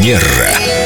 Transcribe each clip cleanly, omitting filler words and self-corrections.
Манера.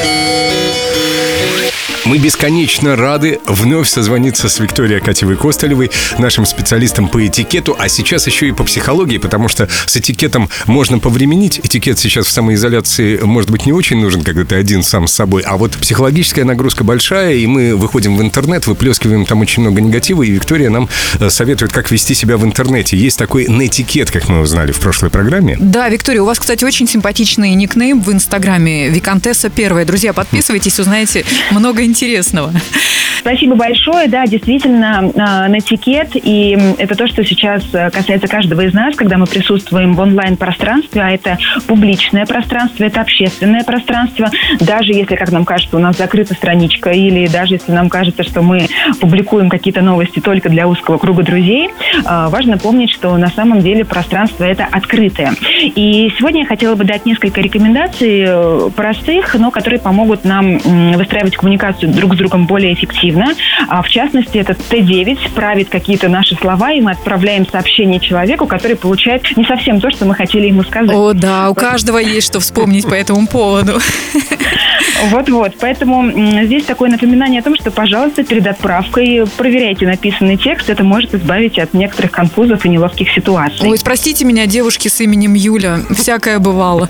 Мы бесконечно рады вновь созвониться с Викторией Акатьевой-Костылевой, нашим специалистом по этикету, а сейчас еще и по психологии, потому что с этикетом можно повременить. Этикет сейчас в самоизоляции, может быть, не очень нужен, когда ты один сам с собой, а вот психологическая нагрузка большая, и мы выходим в интернет, выплескиваем там очень много негатива, и Виктория нам советует, как вести себя в интернете. Есть такой нетикет, как мы узнали в прошлой программе. Да, Виктория, у вас, кстати, очень симпатичный никнейм в Инстаграме Викантесса Первая. Друзья, подписывайтесь, узнаете много интересного. Спасибо большое. Да, действительно, нетикет, и это то, что сейчас касается каждого из нас, когда мы присутствуем в онлайн-пространстве, а это публичное пространство, это общественное пространство. Даже если, как нам кажется, у нас закрыта страничка, или даже если нам кажется, что мы публикуем какие-то новости только для узкого круга друзей, важно помнить, что на самом деле пространство это открытое. И сегодня я хотела бы дать несколько рекомендаций простых, но которые помогут нам выстраивать коммуникацию друг с другом более эффективно. В частности, этот Т9 правит какие-то наши слова, и мы отправляем сообщение человеку, который получает не совсем то, что мы хотели ему сказать. О, да, у каждого есть что вспомнить по этому поводу. Вот-вот. Поэтому здесь такое напоминание о том, что, пожалуйста, перед отправкой проверяйте написанный текст. Это может избавить от некоторых конфузов и неловких ситуаций. Ой, простите меня, девушки с именем Юля. Всякое бывало.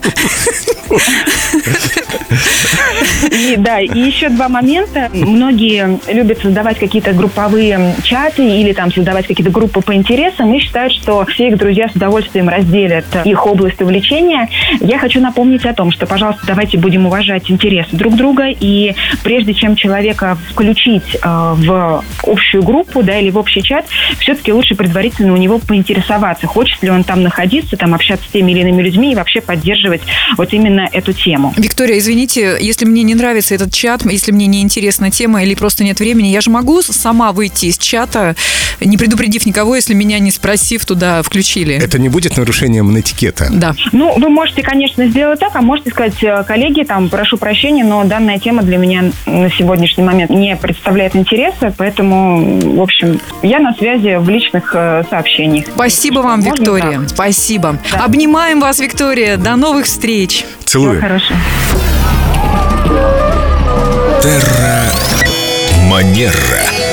И еще два момента. Многие любят создавать какие-то групповые чаты или там создавать какие-то группы по интересам и считают, что все их друзья с удовольствием разделят их область увлечения. Я хочу напомнить о том, что, пожалуйста, давайте будем уважать интересы друг друга, и прежде чем человека включить в общую группу, или в общий чат, все-таки лучше предварительно у него поинтересоваться, хочет ли он там находиться, там общаться с теми или иными людьми и вообще поддерживать вот именно эту тему. Виктория, извините, если мне не нравится этот чат, если мне не интересна тема или просто нет времени, я же могу сама выйти из чата, не предупредив никого, если меня не спросив, туда включили. Это не будет нарушением этикета? Да. Вы можете, конечно, сделать так, а можете сказать: коллеги, прошу прощения, но данная тема для меня на сегодняшний момент не представляет интереса, поэтому, в общем, я на связи в личных сообщениях. Спасибо вам, Виктория. Так. Спасибо. Да. Обнимаем вас, Виктория. До новых встреч. Целую. Всего хорошего. Терра Манера.